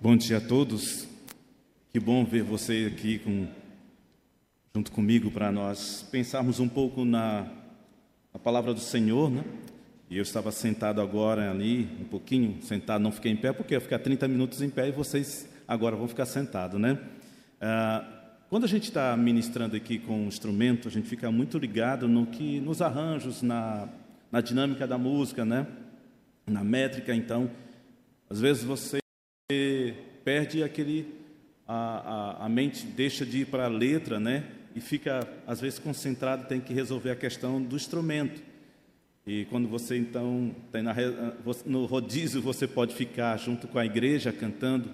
Bom dia a todos. Que bom ver você aqui junto comigo para nós pensarmos um pouco na palavra do Senhor, né? E eu estava sentado agora ali, um pouquinho sentado, não fiquei em pé, porque eu ia ficar 30 minutos em pé e vocês agora vão ficar sentados, né? Quando a gente está ministrando aqui com um instrumento, a gente fica muito ligado nos arranjos, na dinâmica da música, né? Na métrica. Então, às vezes você perde a mente deixa de ir para a letra, né? E fica, às vezes, concentrado, tem que resolver a questão do instrumento. E quando você, então, tem no rodízio, você pode ficar junto com a igreja cantando.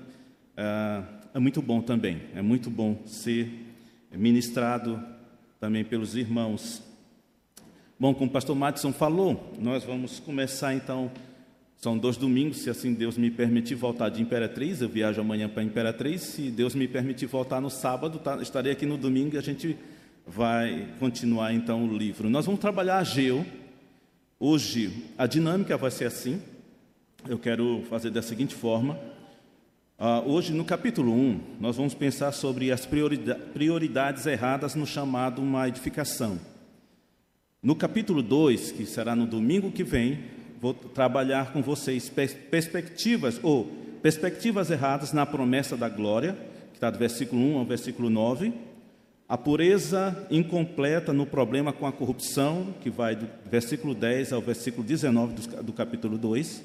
É muito bom também. É muito bom ser ministrado também pelos irmãos. Bom, como o pastor Madison falou, nós vamos começar, então. São 2 domingos, se assim Deus me permitir voltar de Imperatriz. Eu viajo amanhã para Imperatriz. Se Deus me permitir voltar no sábado, estarei aqui no domingo e a gente vai continuar então o livro. Nós vamos trabalhar Ageu. Hoje a dinâmica vai ser assim. Eu quero fazer da seguinte forma. Hoje no capítulo 1, nós vamos pensar sobre as prioridades erradas no chamado uma edificação. No capítulo 2, que será no domingo que vem, vou trabalhar com vocês perspectivas erradas na promessa da glória, que está do versículo 1 ao versículo 9, a pureza incompleta no problema com a corrupção, que vai do versículo 10 ao versículo 19 do capítulo 2,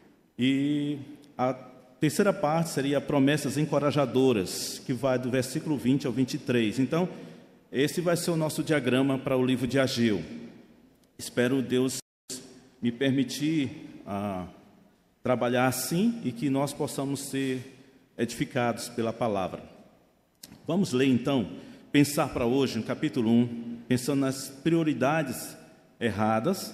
e a terceira parte seria promessas encorajadoras, que vai do versículo 20 ao 23. Então, esse vai ser o nosso diagrama para o livro de Ageu. Espero Deus me permitir trabalhar assim e que nós possamos ser edificados pela palavra. Vamos ler então, pensar para hoje no capítulo 1, pensando nas prioridades erradas,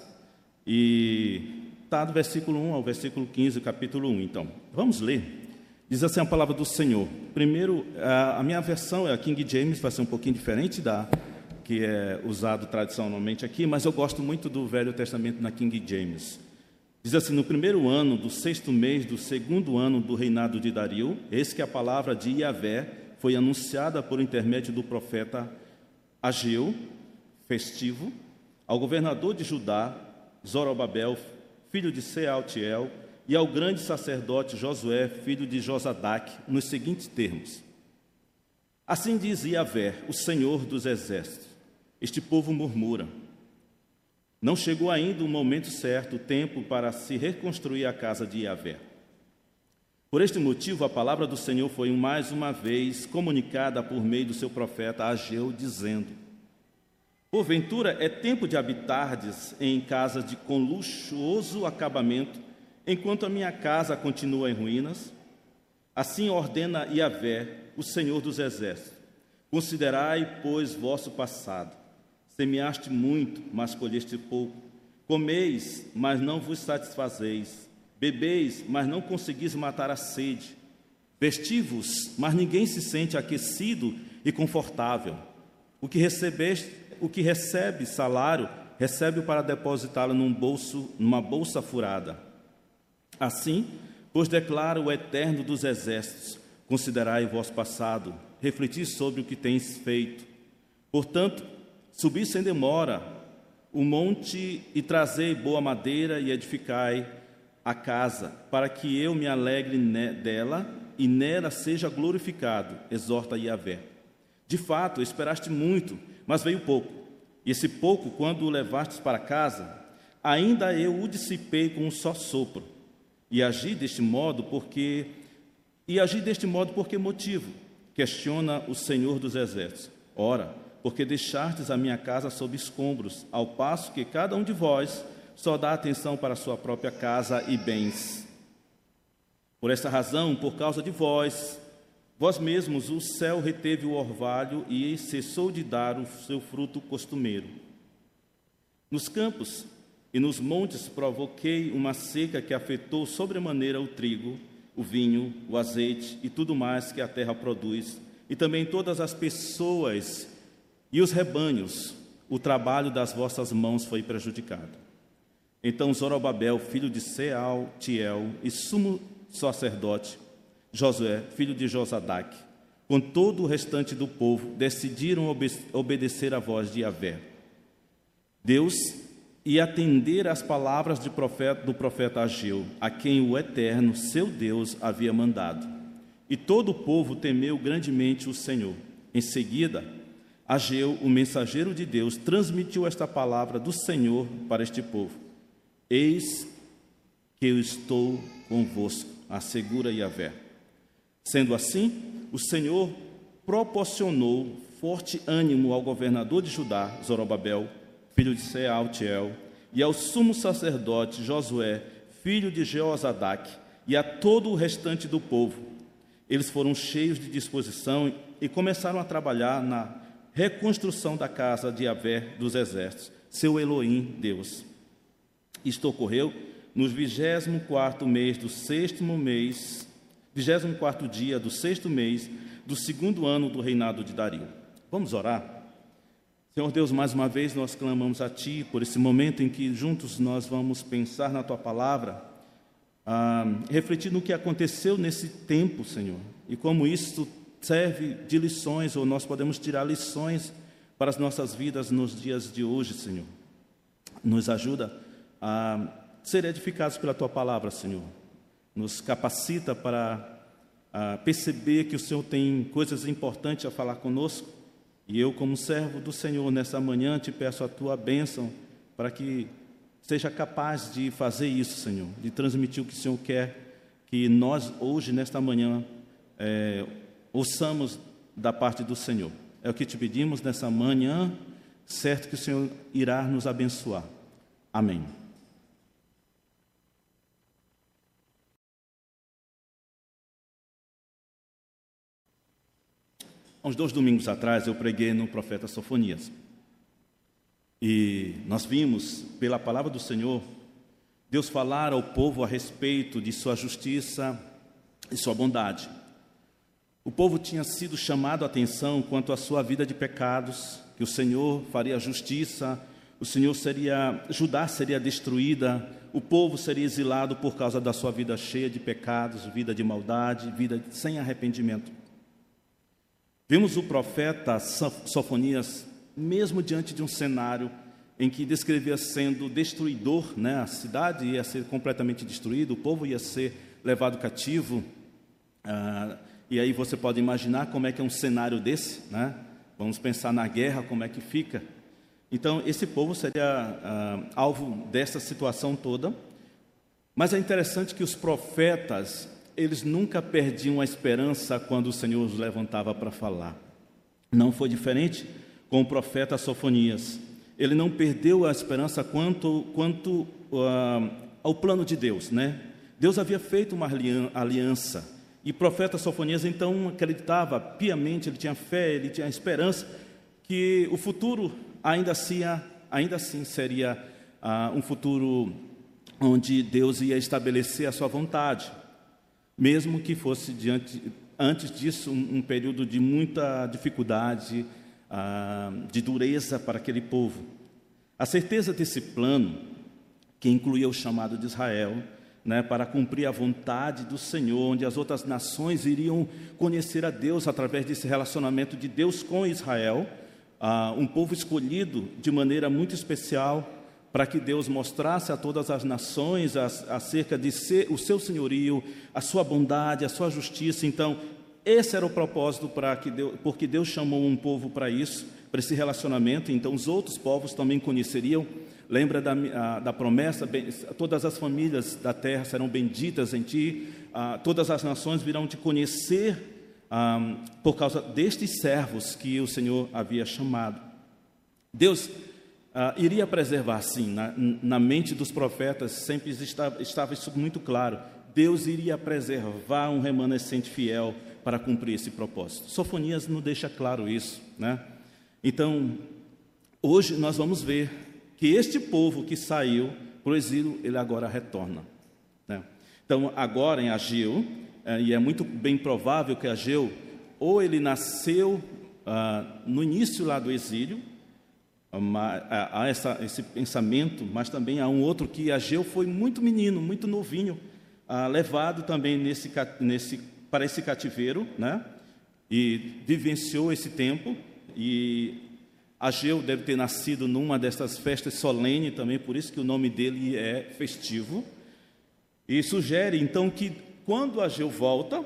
e está do versículo 1 ao versículo 15 do capítulo 1. Então, vamos ler. Diz assim a palavra do Senhor. Primeiro, a minha versão é a King James, vai ser um pouquinho diferente da que é usado tradicionalmente aqui, mas eu gosto muito do Velho Testamento na King James. Diz assim: no primeiro ano do 6º mês do 2º ano do reinado de Dario, eis que a palavra de Iavé foi anunciada por intermédio do profeta Ageu, festivo, ao governador de Judá, Zorobabel, filho de Sealtiel, e ao grande sacerdote Josué, filho de Josadaque, nos seguintes termos: assim diz Iavé, o Senhor dos exércitos: este povo murmura. Não chegou ainda o momento certo, o tempo para se reconstruir a casa de Iavé. Por este motivo, a palavra do Senhor foi mais uma vez comunicada por meio do seu profeta Ageu, dizendo: porventura é tempo de habitardes em casa com luxuoso acabamento, enquanto a minha casa continua em ruínas? Assim ordena Iavé, o Senhor dos exércitos: considerai, pois, vosso passado. Semeaste muito, mas colheste pouco. Comeis, mas não vos satisfazeis. Bebeis, mas não conseguis matar a sede. Vestivos, mas ninguém se sente aquecido e confortável. O que recebe salário, recebe-o para depositá-lo numa bolsa furada. Assim, pois declara o Eterno dos exércitos: considerai o vosso passado, refleti sobre o que tens feito. Portanto, subi sem demora o monte e trazei boa madeira e edificai a casa, para que eu me alegre dela e nela seja glorificado, exorta Iavé. De fato, esperaste muito, mas veio pouco. E esse pouco, quando o levastes para casa, ainda eu o dissipei com um só sopro. E agi deste modo porque motivo? Questiona o Senhor dos exércitos. Ora, porque deixastes a minha casa sob escombros, ao passo que cada um de vós só dá atenção para a sua própria casa e bens. Por essa razão, por causa de vós mesmos, o céu reteve o orvalho e cessou de dar o seu fruto costumeiro. Nos campos e nos montes provoquei uma seca que afetou sobremaneira o trigo, o vinho, o azeite e tudo mais que a terra produz, e também todas as pessoas e os rebanhos. O trabalho das vossas mãos foi prejudicado. Então Zorobabel, filho de Sealtiel e sumo sacerdote, Josué, filho de Josadaque, com todo o restante do povo, decidiram obedecer à voz de Yahvé, Deus, e atender às palavras do profeta Ageu, a quem o Eterno, seu Deus, havia mandado. E todo o povo temeu grandemente o Senhor. Em seguida, Ageu, o mensageiro de Deus, transmitiu esta palavra do Senhor para este povo: Eis que eu estou convosco, assegura Yahvé. Sendo assim, o Senhor proporcionou forte ânimo ao governador de Judá, Zorobabel, filho de Sealtiel, e ao sumo sacerdote Josué, filho de Jeozadaque, e a todo o restante do povo. Eles foram cheios de disposição e começaram a trabalhar na reconstrução da casa de Yahvé dos exércitos, seu Elohim, Deus. Isto ocorreu no 24º dia do sexto mês do segundo ano do reinado de Dario. Vamos orar? Senhor Deus, mais uma vez nós clamamos a Ti por esse momento em que juntos nós vamos pensar na Tua palavra, refletir no que aconteceu nesse tempo, Senhor, e como isso serve de lições, ou nós podemos tirar lições para as nossas vidas nos dias de hoje, Senhor. Nos ajuda a ser edificados pela Tua palavra, Senhor. Nos capacita para perceber que o Senhor tem coisas importantes a falar conosco. E eu, como servo do Senhor, nessa manhã, te peço a Tua bênção para que seja capaz de fazer isso, Senhor, de transmitir o que o Senhor quer que nós, hoje, nesta manhã, ouçamos da parte do Senhor. É o que te pedimos nessa manhã, certo que o Senhor irá nos abençoar. Amém. Há uns 2 domingos atrás, eu preguei no profeta Sofonias. E nós vimos, pela palavra do Senhor, Deus falar ao povo a respeito de sua justiça e sua bondade. O povo tinha sido chamado a atenção quanto à sua vida de pecados, que o Senhor faria justiça, Judá seria destruída, o povo seria exilado por causa da sua vida cheia de pecados, vida de maldade, vida sem arrependimento. Vimos o profeta Sofonias, mesmo diante de um cenário em que descrevia sendo destruidor, né? A cidade ia ser completamente destruída, o povo ia ser levado cativo. E aí você pode imaginar como é que é um cenário desse, né? Vamos pensar na guerra, como é que fica. Então, esse povo seria alvo dessa situação toda. Mas é interessante que os profetas, eles nunca perdiam a esperança quando o Senhor os levantava para falar. Não foi diferente com o profeta Sofonias. Ele não perdeu a esperança quanto ao plano de Deus, né? Deus havia feito uma aliança. E o profeta Sofonias, então, acreditava piamente, ele tinha fé, ele tinha esperança que o futuro ainda assim seria um futuro onde Deus ia estabelecer a sua vontade. Mesmo que fosse antes disso um período de muita dificuldade, de dureza para aquele povo. A certeza desse plano, que incluía o chamado de Israel, né, para cumprir a vontade do Senhor, onde as outras nações iriam conhecer a Deus através desse relacionamento de Deus com Israel, um povo escolhido de maneira muito especial, para que Deus mostrasse a todas as nações acerca de o seu senhorio, a sua bondade, a sua justiça. Então, esse era o propósito porque Deus chamou um povo para isso, para esse relacionamento. Então, os outros povos também conheceriam. Lembra da promessa: todas as famílias da terra serão benditas em ti, todas as nações virão te conhecer por causa destes servos que o Senhor havia chamado. Deus iria preservar, sim, na mente dos profetas sempre estava isso muito claro. Deus iria preservar um remanescente fiel para cumprir esse propósito. Sofonias não deixa claro isso, né? Então, hoje nós vamos ver que este povo que saiu para o exílio, ele agora retorna, né? Então, agora em Ageu, e é muito bem provável que Ageu, ou ele nasceu no início lá do exílio, há esse pensamento, mas também há um outro que Ageu foi muito menino, muito novinho, levado também para esse cativeiro, né? E vivenciou esse tempo. E Ageu deve ter nascido numa dessas festas solenes também, por isso que o nome dele é festivo. E sugere, então, que quando Ageu volta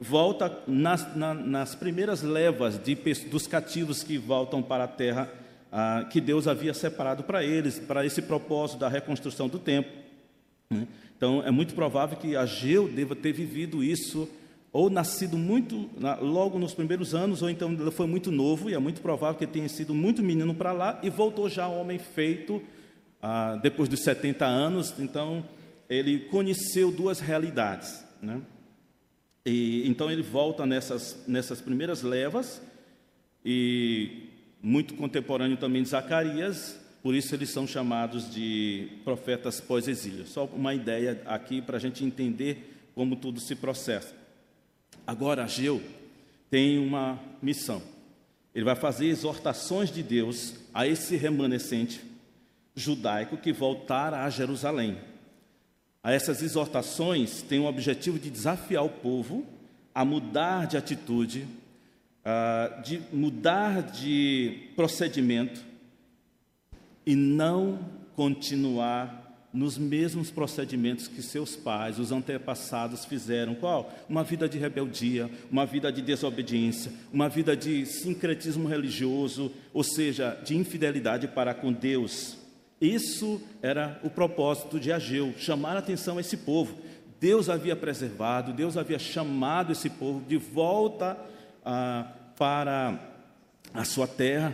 nas primeiras levas dos cativos que voltam para a terra que Deus havia separado para eles, para esse propósito da reconstrução do templo. Então, é muito provável que Ageu deva ter vivido isso, ou nascido logo nos primeiros anos, ou então ele foi muito novo, e é muito provável que ele tenha sido muito menino para lá, e voltou já homem feito, depois dos 70 anos. Então, ele conheceu duas realidades, né? E então ele volta nessas primeiras levas, e muito contemporâneo também de Zacarias, por isso eles são chamados de profetas pós-exílio. Só uma ideia aqui para a gente entender como tudo se processa. Agora, Ageu tem uma missão. Ele vai fazer exortações de Deus a esse remanescente judaico que voltara a Jerusalém. A essas exortações têm o objetivo de desafiar o povo a mudar de atitude, de mudar de procedimento e não continuar nos mesmos procedimentos que seus pais, os antepassados fizeram. Qual? Uma vida de rebeldia, uma vida de desobediência, uma vida de sincretismo religioso, ou seja, de infidelidade para com Deus. Isso era o propósito de Ageu, chamar a atenção a esse povo. Deus havia preservado, Deus havia chamado esse povo de volta para a sua terra.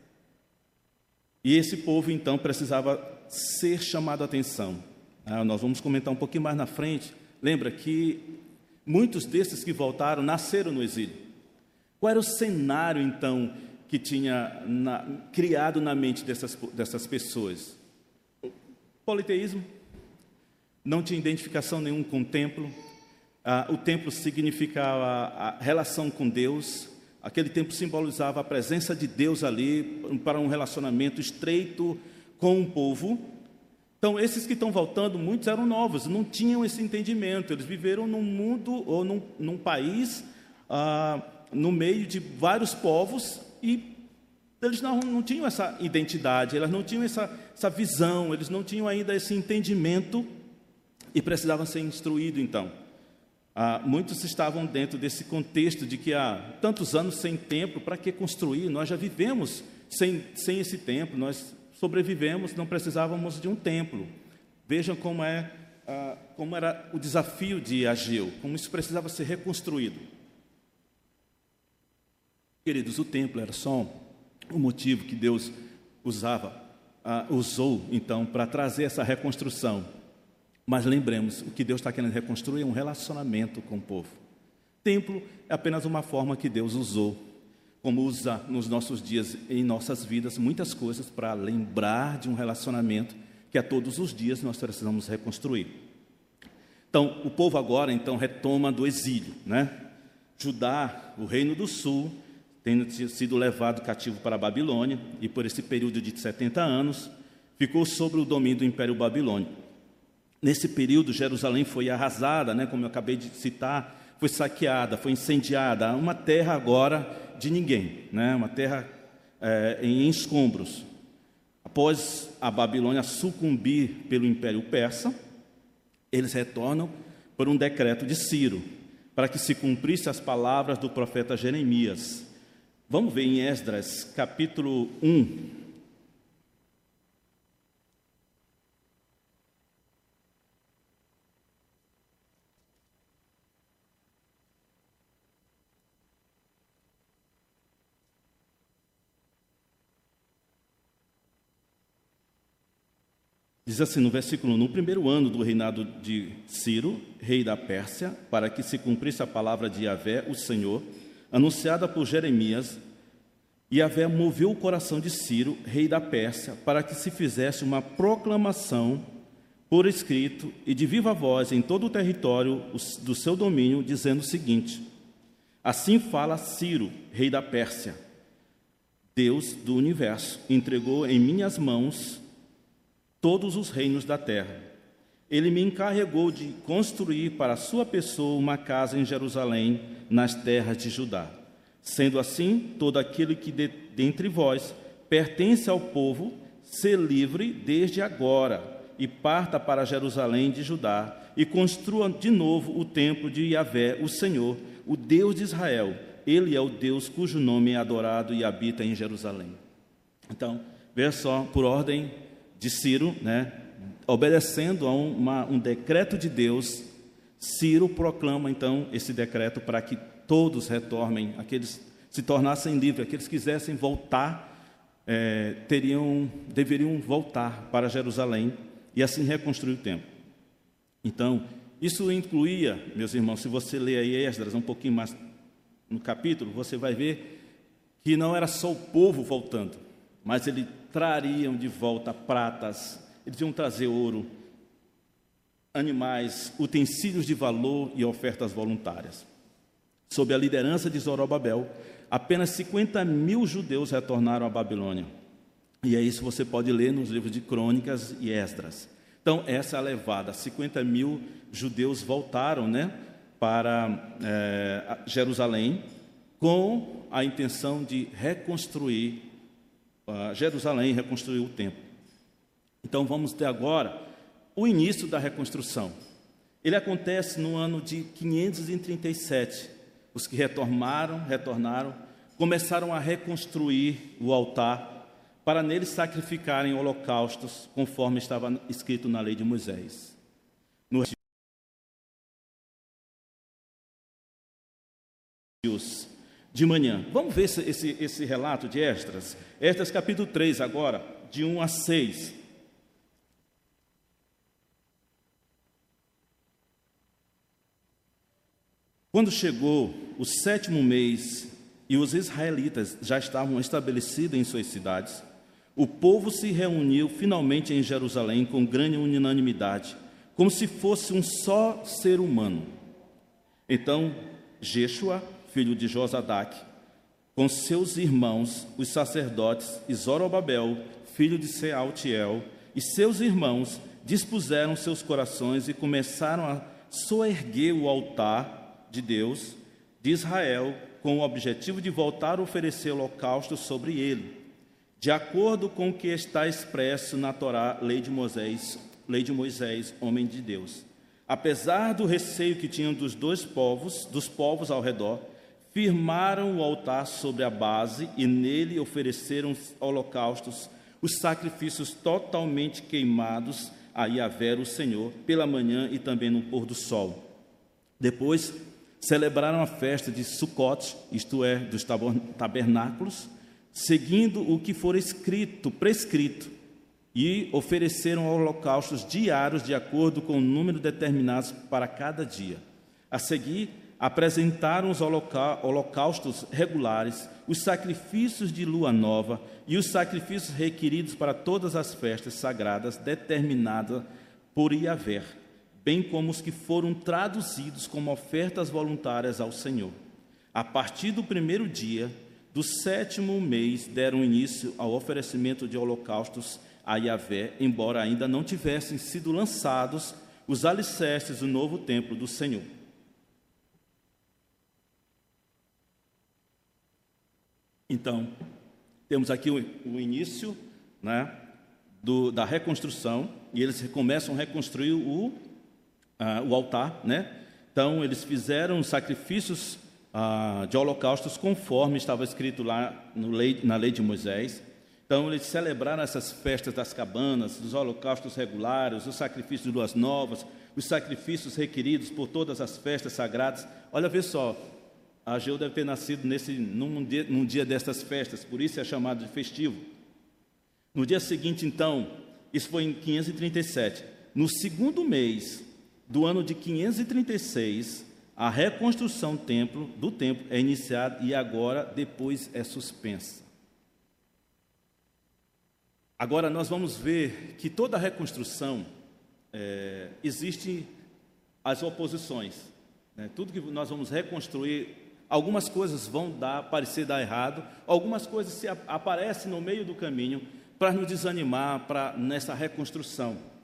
E esse povo, então, precisava ser chamado a atenção. Nós vamos comentar um pouquinho mais na frente. Lembra que muitos desses que voltaram nasceram no exílio. Qual era o cenário, então, que tinha criado na mente dessas pessoas? Politeísmo, não tinha identificação nenhuma com o templo. O templo significava a relação com Deus. Aquele templo simbolizava a presença de Deus ali para um relacionamento estreito com o povo. Então, esses que estão voltando, muitos eram novos, não tinham esse entendimento. Eles viveram num mundo ou num país, no meio de vários povos, e eles não tinham essa identidade, eles não tinham essa visão, eles não tinham ainda esse entendimento e precisavam ser instruídos, então. Muitos estavam dentro desse contexto de que há tantos anos sem templo, para que construir? Nós já vivemos sem esse templo, nós sobrevivemos, não precisávamos de um templo. Vejam como era o desafio de Ageu, como isso precisava ser reconstruído. Queridos, o templo era só o motivo que Deus usou, então, para trazer essa reconstrução. Mas lembremos, o que Deus está querendo reconstruir é um relacionamento com o povo. Templo é apenas uma forma que Deus usou, como usa nos nossos dias, em nossas vidas, muitas coisas para lembrar de um relacionamento que a todos os dias nós precisamos reconstruir. Então, o povo agora, então, retoma do exílio, né? Judá, o reino do sul, tendo sido levado cativo para a Babilônia, e por esse período de 70 anos, ficou sob o domínio do Império Babilônico. Nesse período, Jerusalém foi arrasada, né, como eu acabei de citar, foi saqueada, foi incendiada, uma terra agora de ninguém, né, uma terra em escombros. Após a Babilônia sucumbir pelo Império Persa, eles retornam por um decreto de Ciro, para que se cumprisse as palavras do profeta Jeremias. Vamos ver em Esdras, capítulo 1. Diz assim no versículo 1: no primeiro ano do reinado de Ciro, rei da Pérsia, para que se cumprisse a palavra de Yahvé, o Senhor, anunciada por Jeremias, Yahvé moveu o coração de Ciro, rei da Pérsia, para que se fizesse uma proclamação por escrito e de viva voz em todo o território do seu domínio, dizendo o seguinte: assim fala Ciro, rei da Pérsia: Deus do universo entregou em minhas mãos todos os reinos da terra. ele me encarregou de construir para a sua pessoa uma casa em Jerusalém, nas terras de Judá. Sendo assim, todo aquele que dentre vós pertence ao povo, se livre desde agora e parta para Jerusalém de Judá e construa de novo o templo de Yahvé, o Senhor, o Deus de Israel. Ele é o Deus cujo nome é adorado e habita em Jerusalém. Então, veja só, por ordem de Ciro, obedecendo a um decreto de Deus, Ciro proclama então esse decreto para que todos retornem, aqueles se tornassem livres, aqueles que quisessem voltar, deveriam voltar para Jerusalém e assim reconstruir o templo. Então, isso incluía, meus irmãos, se você ler aí Esdras um pouquinho mais no capítulo, você vai ver que não era só o povo voltando, mas eles trariam de volta pratas, eles iam trazer ouro, animais, utensílios de valor e ofertas voluntárias. Sob a liderança de Zorobabel, apenas 50.000 judeus retornaram à Babilônia. E é isso você pode ler nos livros de Crônicas e Esdras. Então, essa é a levada. 50.000 judeus voltaram para Jerusalém com a intenção de reconstruir Jerusalém, reconstruir o templo. Então, vamos ter agora o início da reconstrução. Ele acontece no ano de 537. Os que retornaram, começaram a reconstruir o altar para nele sacrificarem holocaustos, conforme estava escrito na lei de Moisés. No de manhã. Vamos ver esse relato de Esdras. Esdras capítulo 3 agora, de 1 a 6. Quando chegou o 7º mês e os israelitas já estavam estabelecidos em suas cidades, o povo se reuniu finalmente em Jerusalém com grande unanimidade, como se fosse um só ser humano. Então, Jeshua, filho de Josadaque, com seus irmãos, os sacerdotes, e Zorobabel, filho de Sealtiel, e seus irmãos, dispuseram seus corações e começaram a soerguer o altar de Deus de Israel, com o objetivo de voltar a oferecer holocausto sobre ele, de acordo com o que está expresso na Torá, lei de Moisés, homem de Deus. Apesar do receio que tinham dos povos ao redor, firmaram o altar sobre a base e nele ofereceram holocaustos, os sacrifícios totalmente queimados a Yahvé, o Senhor, pela manhã e também no pôr do sol. Depois, celebraram a festa de Sucote, isto é, dos tabernáculos, seguindo o que for prescrito, e ofereceram holocaustos diários de acordo com o número determinado para cada dia. A seguir, apresentaram os holocaustos regulares, os sacrifícios de lua nova e os sacrifícios requeridos para todas as festas sagradas determinadas por Yahvé, bem como os que foram traduzidos como ofertas voluntárias ao Senhor. A partir do 1º dia do 7º mês, deram início ao oferecimento de holocaustos a Yahvé, embora ainda não tivessem sido lançados os alicerces do novo templo do Senhor. Então, temos aqui o início da reconstrução, e eles começam a reconstruir o altar, Então, eles fizeram sacrifícios de holocaustos conforme estava escrito lá na lei de Moisés. Então, eles celebraram essas festas das cabanas, dos holocaustos regulares, os sacrifícios de luas novas, os sacrifícios requeridos por todas as festas sagradas. Olha, vê só, Ageu deve ter nascido num dia dessas festas, por isso é chamado de festivo. No dia seguinte, então, isso foi em 537, no 2º mês do ano de 536, a reconstrução do templo é iniciada e agora, depois, é suspensa. Agora, nós vamos ver que toda a reconstrução, existe as oposições. Tudo que nós vamos reconstruir, algumas coisas vão parecer dar errado, algumas coisas aparecem no meio do caminho para nos desanimar nessa reconstrução.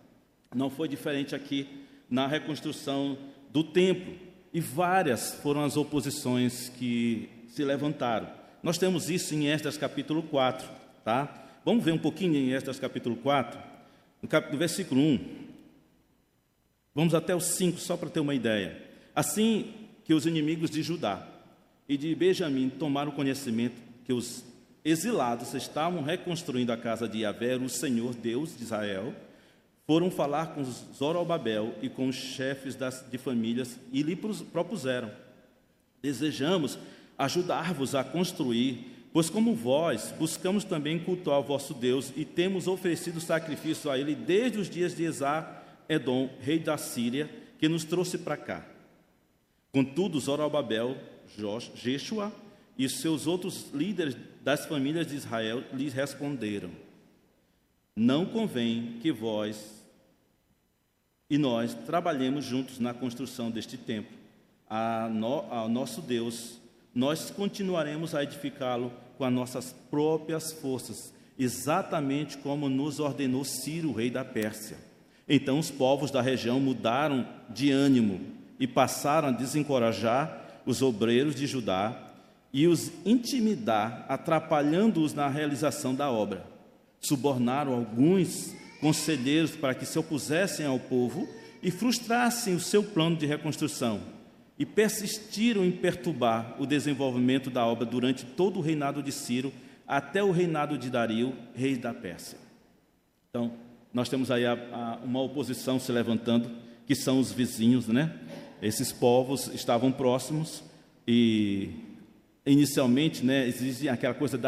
Não foi diferente aqui na reconstrução do templo. E várias foram as oposições que se levantaram. Nós temos isso em Esdras capítulo 4, tá? Vamos ver um pouquinho em Esdras capítulo 4, no versículo 1. Vamos até o 5, só para ter uma ideia. Assim que os inimigos de Judá e de Benjamim tomaram conhecimento que os exilados estavam reconstruindo a casa de Yahvé, o Senhor Deus de Israel, foram falar com Zorobabel e com os chefes de famílias e lhe propuseram: desejamos ajudar-vos a construir, pois como vós, buscamos também cultuar o vosso Deus e temos oferecido sacrifício a ele desde os dias de Esar-Edom, rei da Síria, que nos trouxe para cá. Contudo, Zorobabel, Jeshua e os seus outros líderes das famílias de Israel lhes responderam: não convém que vós e nós trabalhemos juntos na construção deste templo. Ao nosso Deus, nós continuaremos a edificá-lo com as nossas próprias forças, exatamente como nos ordenou Ciro, rei da Pérsia. Então os povos da região mudaram de ânimo e passaram a desencorajar os obreiros de Judá e os intimidar, atrapalhando-os na realização da obra. Subornaram alguns conselheiros para que se opusessem ao povo e frustrassem o seu plano de reconstrução, e persistiram em perturbar o desenvolvimento da obra durante todo o reinado de Ciro, até o reinado de Dario, rei da Pérsia. Então, nós temos aí uma oposição se levantando, que são os vizinhos, né? Esses povos estavam próximos e, inicialmente, né, existe aquela coisa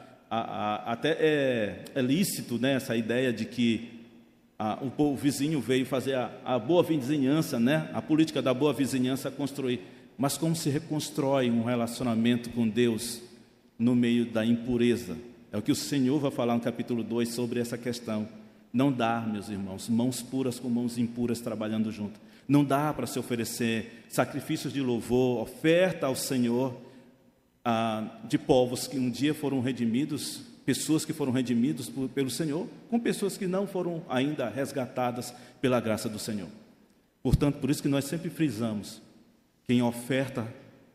até é lícito, né, essa ideia de que o povo vizinho veio fazer a boa vizinhança, né, a política da boa vizinhança construir. Mas como se reconstrói um relacionamento com Deus no meio da impureza? É o que o Senhor vai falar no capítulo 2 sobre essa questão. Não dá, meus irmãos, mãos puras com mãos impuras trabalhando junto. Não dá para se oferecer sacrifícios de louvor, oferta ao Senhor, de povos que um dia foram redimidos, pessoas que foram redimidos pelo Senhor, com pessoas que não foram ainda resgatadas pela graça do Senhor. Portanto, por isso que nós sempre frisamos, quem oferta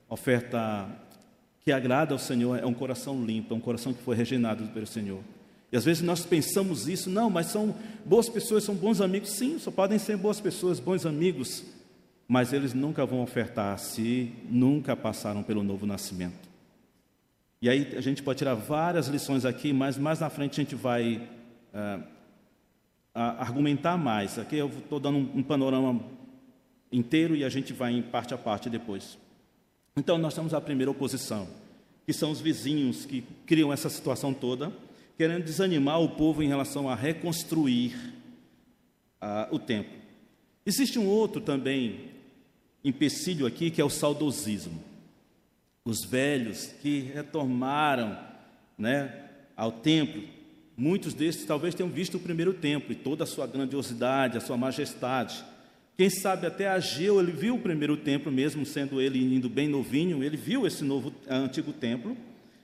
que agrada ao Senhor é um coração limpo, é um coração que foi regenerado pelo Senhor. E às vezes nós pensamos isso, não, mas são boas pessoas, são bons amigos. Sim, só podem ser boas pessoas, bons amigos, mas eles nunca vão ofertar se nunca passaram pelo novo nascimento. E aí a gente pode tirar várias lições aqui, mas mais na frente a gente vai argumentar mais. Aqui eu estou dando um panorama inteiro e a gente vai em parte a parte depois. Então nós temos a primeira oposição, que são os vizinhos que criam essa situação toda, querendo desanimar o povo em relação a reconstruir o templo. Existe um outro também empecilho aqui, que é o saudosismo. Os velhos que retornaram, né, ao templo, muitos desses talvez tenham visto o primeiro templo e toda a sua grandiosidade, a sua majestade. Quem sabe até Ageu, ele viu o primeiro templo, mesmo sendo ele indo bem novinho, ele viu esse antigo templo.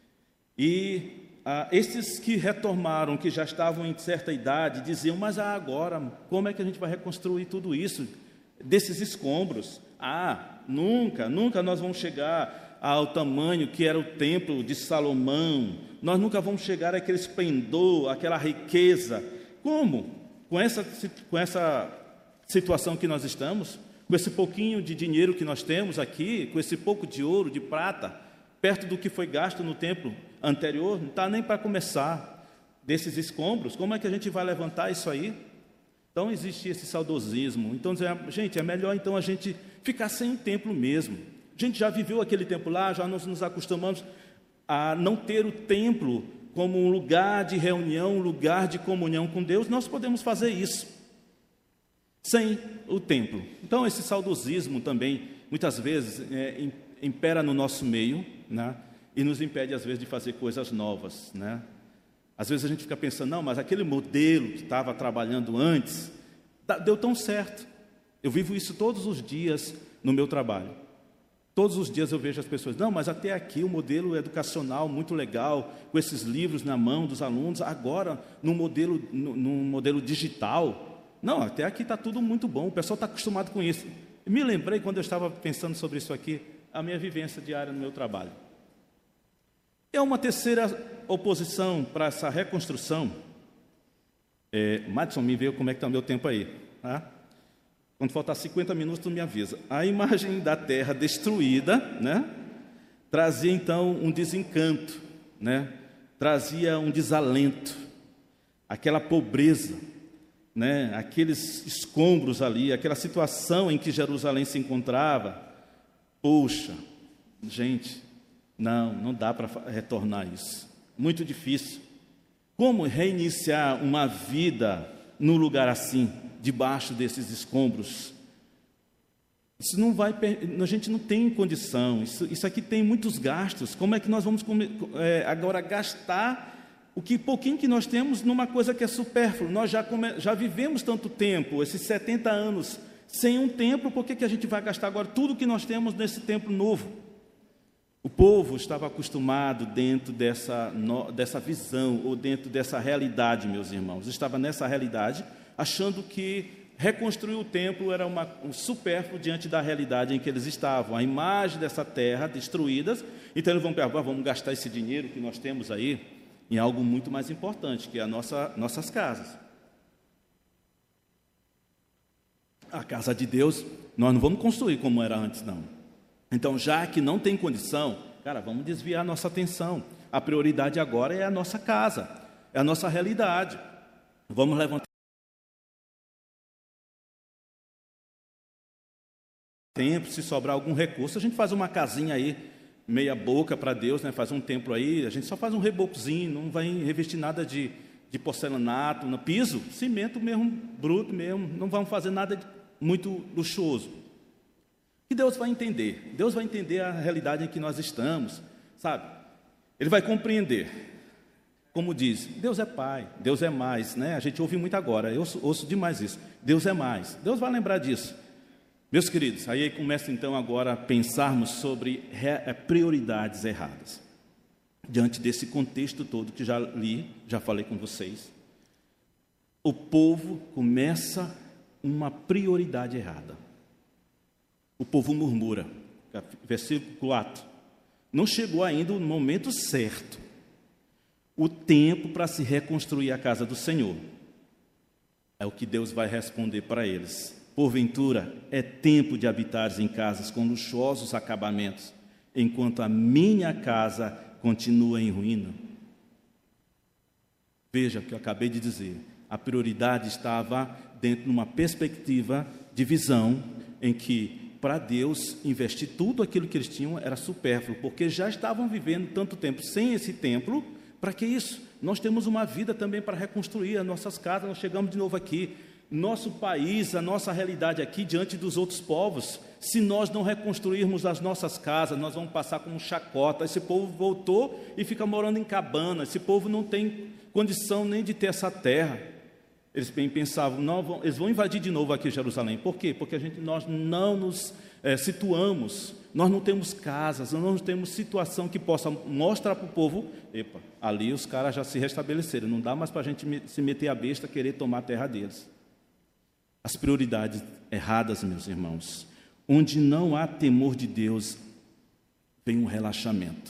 E esses que retornaram, que já estavam em certa idade, diziam: mas agora, como é que a gente vai reconstruir tudo isso, desses escombros? Nunca nós vamos chegar ao tamanho que era o templo de Salomão, nós nunca vamos chegar àquele esplendor, àquela riqueza. Como? Com essa situação que nós estamos, com esse pouquinho de dinheiro que nós temos aqui, com esse pouco de ouro, de prata, perto do que foi gasto no templo anterior, não está nem para começar desses escombros. Como é que a gente vai levantar isso aí? Então existe esse saudosismo. Então, gente, é melhor então a gente ficar sem o templo mesmo. A gente já viveu aquele tempo lá, já nos acostumamos a não ter o templo como um lugar de reunião, um lugar de comunhão com Deus. Nós podemos fazer isso sem o templo. Então esse saudosismo também, muitas vezes, impera no nosso meio, né? E nos impede às vezes de fazer coisas novas, né? Às vezes a gente fica pensando: não, mas aquele modelo que estava trabalhando antes, deu tão certo. Eu vivo isso todos os dias no meu trabalho. Todos os dias eu vejo as pessoas: não, mas até aqui o modelo educacional muito legal, com esses livros na mão dos alunos, agora num modelo digital, Não, até aqui está tudo muito bom, o pessoal está acostumado com isso. Me lembrei, quando eu estava pensando sobre isso aqui, a minha vivência diária no meu trabalho. É uma terceira oposição para essa reconstrução. Madison, me vê como é que está o meu tempo aí. Tá? Quando faltar 50 minutos, tu me avisa. A imagem da terra destruída, né, trazia então um desencanto, né, trazia um desalento, aquela pobreza, né, aqueles escombros ali, aquela situação em que Jerusalém se encontrava. Poxa, gente, não dá para retornar isso. Muito difícil. Como reiniciar uma vida num lugar assim, debaixo desses escombros? Isso não vai, a gente não tem condição. Isso aqui tem muitos gastos. Como é que nós vamos agora gastar o que pouquinho que nós temos numa coisa que é supérflua? Nós já vivemos tanto tempo, esses 70 anos, sem um templo. Por que a gente vai gastar agora tudo que nós temos nesse templo novo? O povo estava acostumado dentro dessa visão, ou dentro dessa realidade, meus irmãos. Estava nessa realidade, achando que reconstruir o templo era um supérfluo diante da realidade em que eles estavam. A imagem dessa terra destruída. Então eles vão pensar, vamos gastar esse dinheiro que nós temos aí em algo muito mais importante, que é nossas casas. A casa de Deus, nós não vamos construir como era antes, não. Então, já que não tem condição, cara, vamos desviar a nossa atenção. A prioridade agora é a nossa casa, é a nossa realidade. Vamos levantar tempo, se sobrar algum recurso, a gente faz uma casinha aí, meia boca para Deus, né? Faz um templo aí, a gente só faz um rebocozinho, não vai revestir nada de porcelanato, no piso, cimento mesmo, bruto mesmo, não vamos fazer nada muito luxuoso. E Deus vai entender a realidade em que nós estamos, sabe? Ele vai compreender. Como diz, Deus é Pai, Deus é mais, né? A gente ouve muito agora, eu ouço demais isso. Deus é mais, Deus vai lembrar disso. Meus queridos, aí começa então agora a pensarmos sobre prioridades erradas. Diante desse contexto todo que já falei com vocês, o povo começa uma prioridade errada. O povo murmura, versículo 4. Não chegou ainda o momento certo, o tempo para se reconstruir a casa do Senhor. É o que Deus vai responder para eles. Porventura, é tempo de habitares em casas com luxuosos acabamentos, enquanto a minha casa continua em ruína. Veja o que eu acabei de dizer. A prioridade estava dentro de uma perspectiva de visão em que, para Deus, investir tudo aquilo que eles tinham era supérfluo, porque já estavam vivendo tanto tempo sem esse templo. Para que isso? Nós temos uma vida também para reconstruir as nossas casas. Nós chegamos de novo aqui, nosso país, a nossa realidade aqui diante dos outros povos. Se nós não reconstruirmos as nossas casas, nós vamos passar como chacota. Esse povo voltou e fica morando em cabana. Esse povo não tem condição nem de ter essa terra. Eles bem pensavam, não, eles vão invadir de novo aqui Jerusalém. Por quê? Porque nós não nos situamos, nós não temos casas, nós não temos situação que possa mostrar para o povo, epa, ali os caras já se restabeleceram, não dá mais para a gente se meter a besta, querer tomar a terra deles. As prioridades erradas, meus irmãos, onde não há temor de Deus, vem um relaxamento.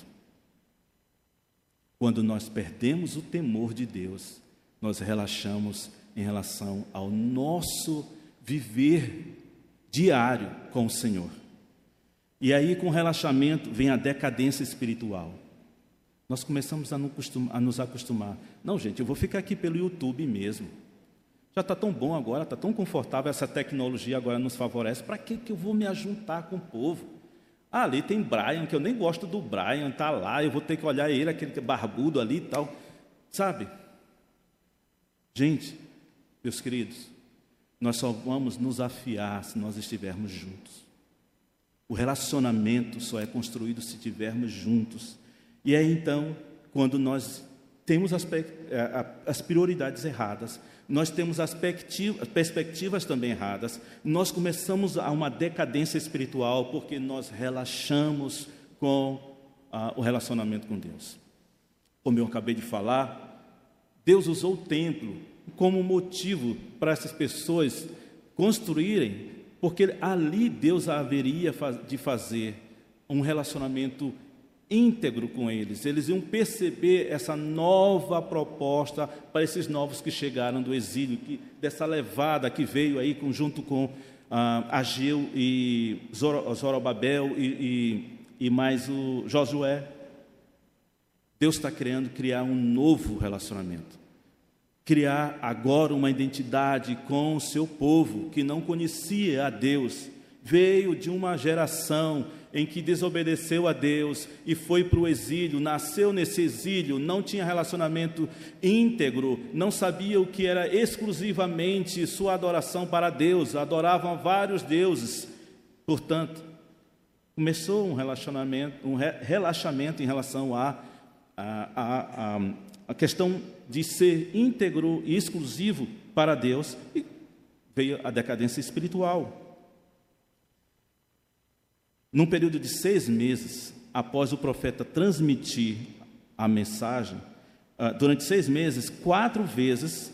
Quando nós perdemos o temor de Deus, nós relaxamos em relação ao nosso viver diário com o Senhor. E aí, com o relaxamento, vem a decadência espiritual. Nós começamos a nos acostumar. Não, gente, eu vou ficar aqui pelo YouTube mesmo. Já está tão bom agora, está tão confortável, essa tecnologia agora nos favorece. Para que eu vou me ajuntar com o povo? Ah, ali tem Brian, que eu nem gosto do Brian, está lá, eu vou ter que olhar ele, aquele barbudo ali e tal. Sabe? Gente, meus queridos, nós só vamos nos afiar se nós estivermos juntos. O relacionamento só é construído se estivermos juntos. E aí então, quando nós temos as prioridades erradas, nós temos as perspectivas também erradas, nós começamos a uma decadência espiritual, porque nós relaxamos com o relacionamento com Deus. Como eu acabei de falar, Deus usou o templo como motivo para essas pessoas construírem, porque ali Deus haveria de fazer um relacionamento íntegro com eles. Eles iam perceber essa nova proposta para esses novos que chegaram do exílio, dessa levada que veio aí junto com Ageu e Zorobabel e mais o Josué. Deus está querendo criar um novo relacionamento, criar agora uma identidade com o seu povo que não conhecia a Deus, veio de uma geração em que desobedeceu a Deus e foi para o exílio, nasceu nesse exílio, não tinha relacionamento íntegro, não sabia o que era exclusivamente sua adoração para Deus, adoravam vários deuses. Portanto, começou um relaxamento em relação à questão de ser íntegro e exclusivo para Deus, e veio a decadência espiritual. Num período de 6 meses, após o profeta transmitir a mensagem, durante 6 meses, 4 vezes,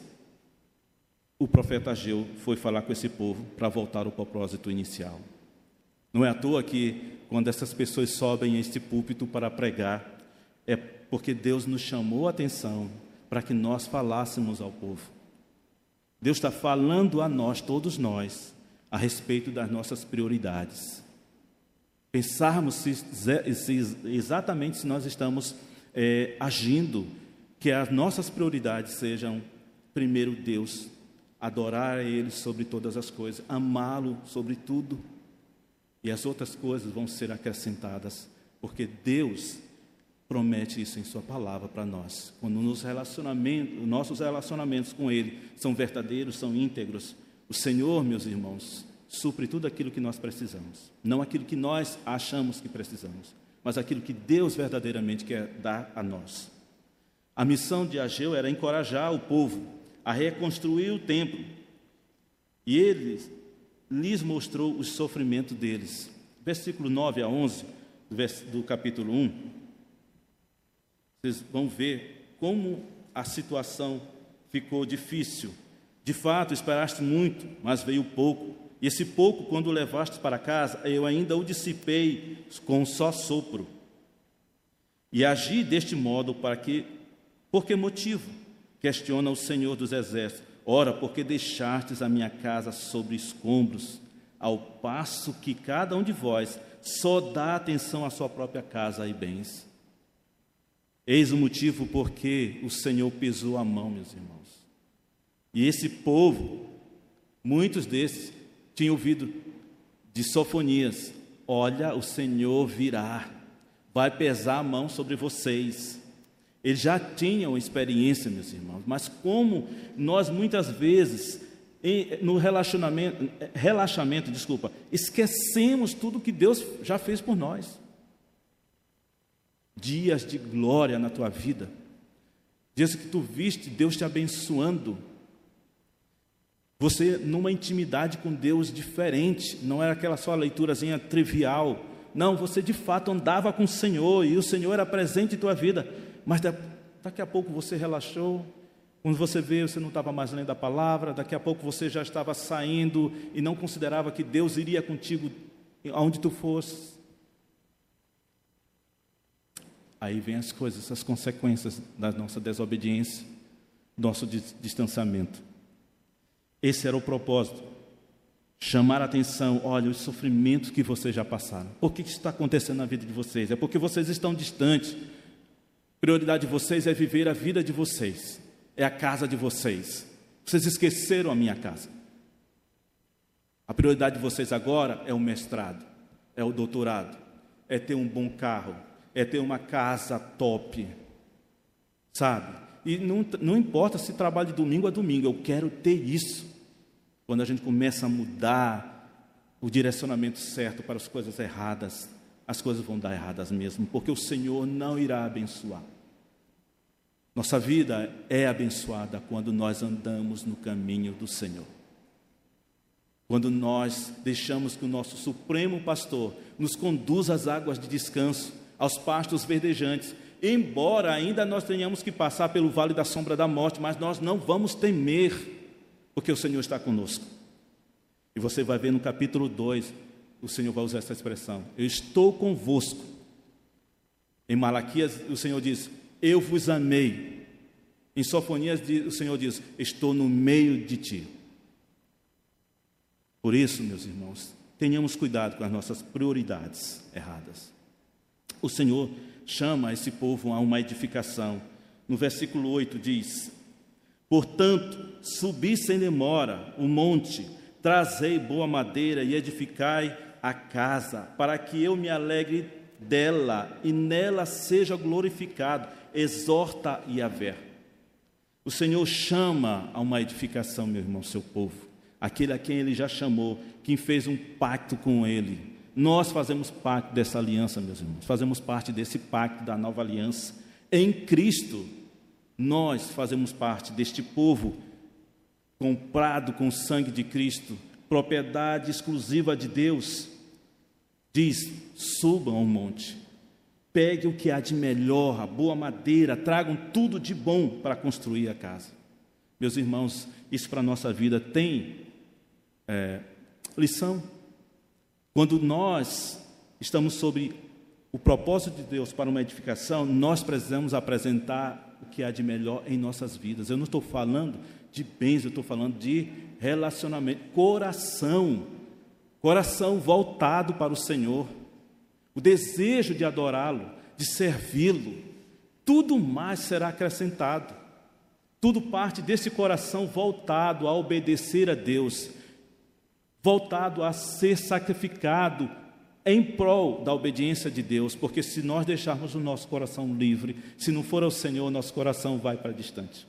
o profeta Ageu foi falar com esse povo para voltar ao propósito inicial. Não é à toa que, quando essas pessoas sobem a este púlpito para pregar, é porque Deus nos chamou a atenção para que nós falássemos ao povo. Deus está falando a nós, todos nós, a respeito das nossas prioridades. Pensarmos exatamente se nós estamos agindo, que as nossas prioridades sejam, primeiro, Deus, adorar a Ele sobre todas as coisas, amá-lo sobre tudo, e as outras coisas vão ser acrescentadas, porque Deus promete isso em sua palavra para nós. Quando nossos relacionamentos com Ele são verdadeiros, são íntegros, o Senhor, meus irmãos, supre tudo aquilo que nós precisamos. Não aquilo que nós achamos que precisamos, mas aquilo que Deus verdadeiramente quer dar a nós. A missão de Ageu era encorajar o povo a reconstruir o templo. E ele lhes mostrou o sofrimento deles. Versículo 9 a 11 do capítulo 1. Vocês vão ver como a situação ficou difícil. De fato, esperaste muito, mas veio pouco. E esse pouco, quando o levaste para casa, eu ainda o dissipei com um só sopro. E agi deste modo por que motivo? Questiona o Senhor dos Exércitos. Ora, porque deixastes a minha casa sobre escombros, ao passo que cada um de vós só dá atenção à sua própria casa e bens. Eis o motivo porque o Senhor pesou a mão, meus irmãos. E esse povo, muitos desses, tinham ouvido de Sofonias: olha, o Senhor virá, vai pesar a mão sobre vocês. Eles já tinham experiência, meus irmãos, mas como nós muitas vezes, no relaxamento, esquecemos tudo que Deus já fez por nós. Dias de glória na tua vida, dias que tu viste Deus te abençoando, você numa intimidade com Deus diferente, não era aquela só leiturazinha trivial, não, você de fato andava com o Senhor, e o Senhor era presente em tua vida, mas daqui a pouco você relaxou, quando você veio, você não estava mais lendo a palavra, daqui a pouco você já estava saindo, e não considerava que Deus iria contigo aonde tu fosse. Aí vem as coisas, as consequências da nossa desobediência, nosso distanciamento. Esse era o propósito, chamar a atenção. Olha, os sofrimentos que vocês já passaram. Por que isso está acontecendo na vida de vocês? É porque vocês estão distantes. A prioridade de vocês é viver a vida de vocês, é a casa de vocês. Vocês esqueceram a minha casa. A prioridade de vocês agora é o mestrado, é o doutorado, é ter um bom carro, é ter uma casa top, sabe? E não importa se trabalho de domingo a domingo, eu quero ter isso. Quando a gente começa a mudar o direcionamento certo para as coisas erradas, as coisas vão dar erradas mesmo, porque o Senhor não irá abençoar. Nossa vida é abençoada quando nós andamos no caminho do Senhor. Quando nós deixamos que o nosso Supremo Pastor nos conduza às águas de descanso, aos pastos verdejantes, embora ainda nós tenhamos que passar pelo vale da sombra da morte, mas nós não vamos temer, porque o Senhor está conosco. E você vai ver no capítulo 2, o Senhor vai usar essa expressão: eu estou convosco. Em Malaquias, o Senhor diz: eu vos amei. Em Sofonias, o Senhor diz: estou no meio de ti. Por isso, meus irmãos, tenhamos cuidado com as nossas prioridades erradas. O Senhor chama esse povo a uma edificação. No versículo 8 diz: portanto, subi sem demora o monte, trazei boa madeira e edificai a casa, para que eu me alegre dela e nela seja glorificado. Exorta Yahvé. O Senhor chama a uma edificação, meu irmão, seu povo, aquele a quem Ele já chamou, quem fez um pacto com Ele. Nós fazemos parte dessa aliança, meus irmãos, fazemos parte desse pacto da nova aliança. Em Cristo, nós fazemos parte deste povo comprado com o sangue de Cristo, propriedade exclusiva de Deus. Diz: subam ao monte, peguem o que há de melhor, a boa madeira, tragam tudo de bom para construir a casa. Meus irmãos, isso para a nossa vida tem lição. Quando nós estamos sobre o propósito de Deus para uma edificação, nós precisamos apresentar o que há de melhor em nossas vidas. Eu não estou falando de bens, eu estou falando de relacionamento, coração voltado para o Senhor, o desejo de adorá-lo, de servi-lo. Tudo mais será acrescentado. Tudo parte desse coração voltado a obedecer a Deus, voltado a ser sacrificado em prol da obediência de Deus, porque se nós deixarmos o nosso coração livre, se não for ao Senhor, nosso coração vai para distante.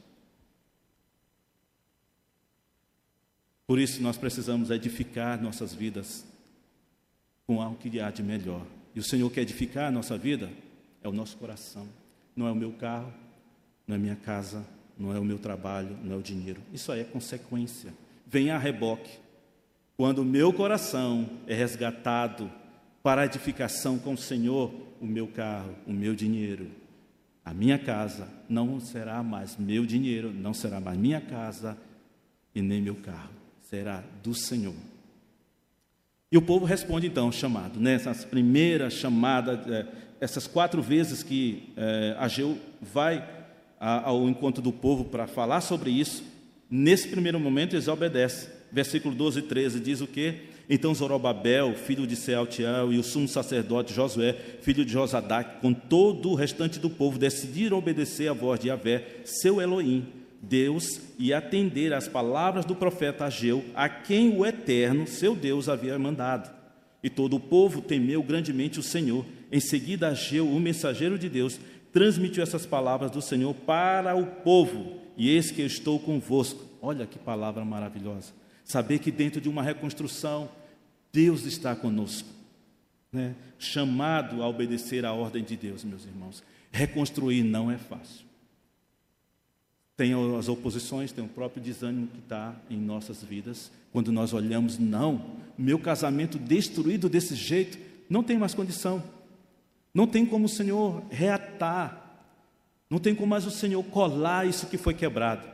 Por isso nós precisamos edificar nossas vidas com algo que há de melhor. E o Senhor quer edificar a nossa vida, é o nosso coração. Não é o meu carro, não é a minha casa, não é o meu trabalho, não é o dinheiro. Isso aí é consequência. Vem a reboque. Quando o meu coração é resgatado para a edificação com o Senhor, o meu carro, o meu dinheiro, a minha casa não será mais meu dinheiro, não será mais minha casa e nem meu carro, será do Senhor. E o povo responde então ao chamado, nessas primeiras chamadas, essas 4 vezes que Ageu vai ao encontro do povo para falar sobre isso. Nesse primeiro momento eles obedecem. Versículo 12 e 13 diz o quê? Então Zorobabel, filho de Sealtiel, e o sumo sacerdote Josué, filho de Josadaque, com todo o restante do povo, decidiram obedecer à voz de Yahvé, seu Elohim, Deus, e atender às palavras do profeta Ageu, a quem o Eterno, seu Deus, havia mandado. E todo o povo temeu grandemente o Senhor. Em seguida, Ageu, o mensageiro de Deus, transmitiu essas palavras do Senhor para o povo. E eis que eu estou convosco. Olha que palavra maravilhosa. Saber que dentro de uma reconstrução, Deus está conosco, né? Chamado a obedecer à ordem de Deus, meus irmãos. Reconstruir não é fácil. Tem as oposições, tem o próprio desânimo que está em nossas vidas. Quando nós olhamos, não, meu casamento destruído desse jeito, não tem mais condição. Não tem como o Senhor reatar. Não tem como mais o Senhor colar isso que foi quebrado.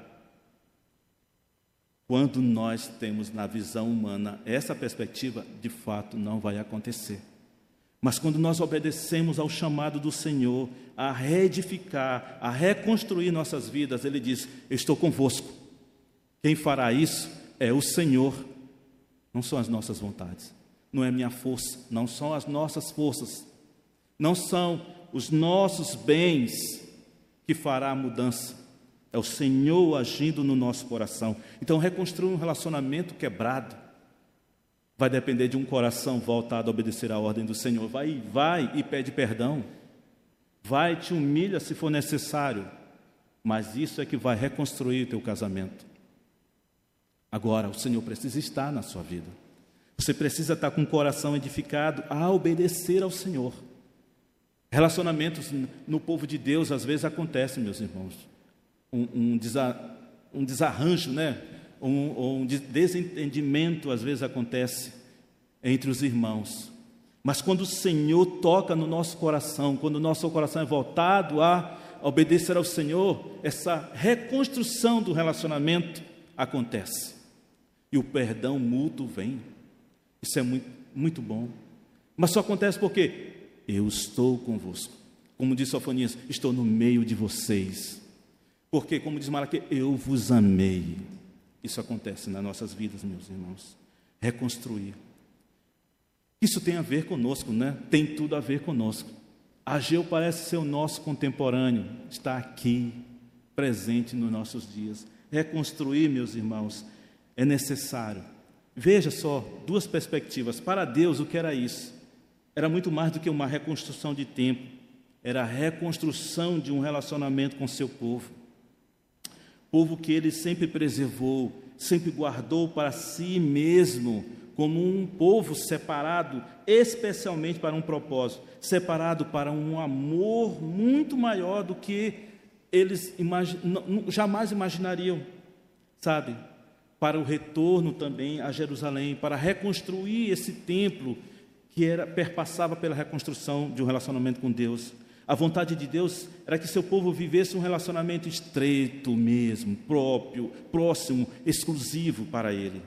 Quando nós temos na visão humana essa perspectiva, de fato não vai acontecer. Mas quando nós obedecemos ao chamado do Senhor a reedificar, a reconstruir nossas vidas, Ele diz: eu estou convosco. Quem fará isso é o Senhor. Não são as nossas vontades, não é a minha força, não são as nossas forças, não são os nossos bens que fará a mudança. É o Senhor agindo no nosso coração. Então, reconstruir um relacionamento quebrado vai depender de um coração voltado a obedecer à ordem do Senhor. Vai e pede perdão. Vai, te humilha se for necessário. Mas isso é que vai reconstruir o teu casamento. Agora, o Senhor precisa estar na sua vida. Você precisa estar com o coração edificado a obedecer ao Senhor. Relacionamentos no povo de Deus às vezes acontecem, meus irmãos. Um desarranjo, né? Um desentendimento às vezes acontece entre os irmãos. Mas quando o Senhor toca no nosso coração, quando o nosso coração é voltado a obedecer ao Senhor, essa reconstrução do relacionamento acontece. E o perdão mútuo vem. Isso é muito, muito bom. Mas só acontece porque eu estou convosco. Como diz Sofonias, estou no meio de vocês. Porque, como diz Malaquias, eu vos amei. Isso acontece nas nossas vidas, meus irmãos. Reconstruir. Isso tem a ver conosco, né? Tem tudo a ver conosco. Ageu parece ser o nosso contemporâneo. Está aqui, presente nos nossos dias. Reconstruir, meus irmãos, é necessário. Veja só, duas perspectivas. Para Deus, o que era isso? Era muito mais do que uma reconstrução de tempo. Era a reconstrução de um relacionamento com seu povo. Povo que ele sempre preservou, sempre guardou para si mesmo, como um povo separado, especialmente para um propósito, separado para um amor muito maior do que eles jamais imaginariam, sabe? Para o retorno também a Jerusalém, para reconstruir esse templo que perpassava pela reconstrução de um relacionamento com Deus. A vontade de Deus era que seu povo vivesse um relacionamento estreito mesmo, próprio, próximo, exclusivo para Ele.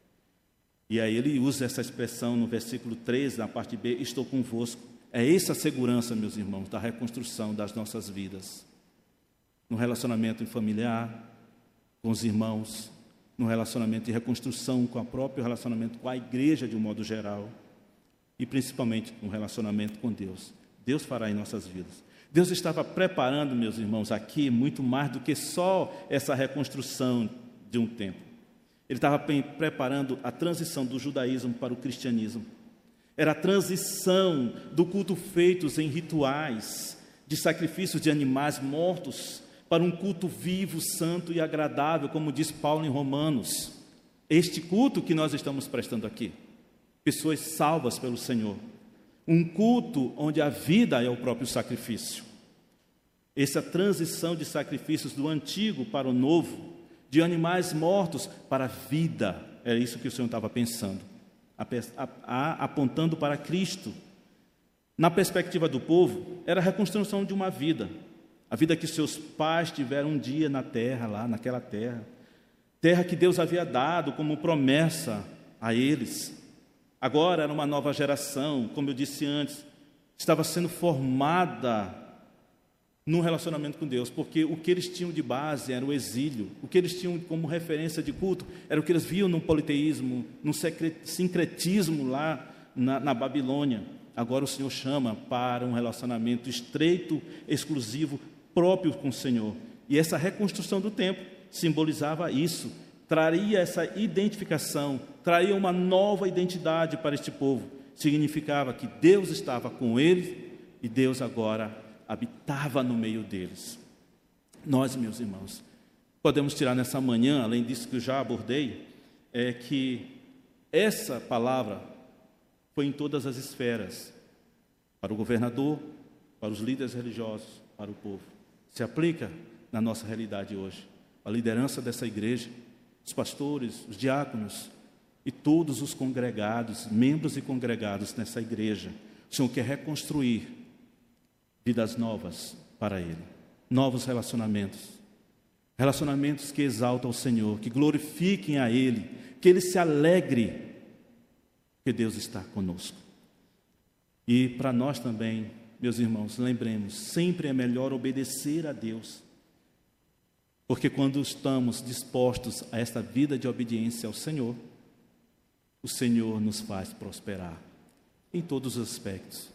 E aí ele usa essa expressão no versículo 13, na parte B, estou convosco. É essa a segurança, meus irmãos, da reconstrução das nossas vidas. No relacionamento familiar, com os irmãos, no relacionamento de reconstrução com o próprio relacionamento com a igreja de um modo geral. E principalmente no relacionamento com Deus. Deus fará em nossas vidas. Deus estava preparando, meus irmãos, aqui muito mais do que só essa reconstrução de um tempo. Ele estava preparando a transição do judaísmo para o cristianismo. Era a transição do culto feitos em rituais, de sacrifícios de animais mortos, para um culto vivo, santo e agradável, como diz Paulo em Romanos. Este culto que nós estamos prestando aqui. Pessoas salvas pelo Senhor. Um culto onde a vida é o próprio sacrifício. Essa transição de sacrifícios do antigo para o novo, de animais mortos para a vida, era isso que o Senhor estava pensando, apontando para Cristo. Na perspectiva do povo, era a reconstrução de uma vida, a vida que seus pais tiveram um dia na terra, lá naquela terra, terra que Deus havia dado como promessa a eles. Agora era uma nova geração, como eu disse antes, estava sendo formada num relacionamento com Deus, porque o que eles tinham de base era o exílio, o que eles tinham como referência de culto era o que eles viam no politeísmo, no sincretismo lá na Babilônia. Agora o Senhor chama para um relacionamento estreito, exclusivo, próprio com o Senhor. E essa reconstrução do templo simbolizava isso, traria essa identificação, traria uma nova identidade para este povo. Significava que Deus estava com eles e Deus agora habitava no meio deles. Nós, meus irmãos, podemos tirar nessa manhã, além disso que eu já abordei, é que essa palavra foi em todas as esferas, para o governador, para os líderes religiosos, para o povo. Se aplica na nossa realidade hoje. A liderança dessa igreja, os pastores, os diáconos e todos os congregados, membros e congregados nessa igreja. O Senhor quer reconstruir vidas novas para Ele, novos relacionamentos, relacionamentos que exaltam o Senhor, que glorifiquem a Ele, que Ele se alegre, que Deus está conosco. E para nós também, meus irmãos, lembremos, sempre é melhor obedecer a Deus, porque quando estamos dispostos a esta vida de obediência ao Senhor, o Senhor nos faz prosperar em todos os aspectos.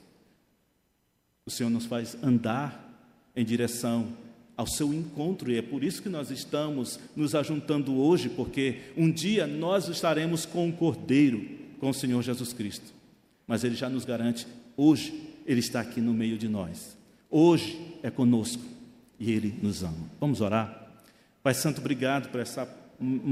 O Senhor nos faz andar em direção ao seu encontro, e é por isso que nós estamos nos ajuntando hoje, porque um dia nós estaremos com o Cordeiro, com o Senhor Jesus Cristo. Mas Ele já nos garante, hoje Ele está aqui no meio de nós. Hoje é conosco e Ele nos ama. Vamos orar? Pai Santo, obrigado por essa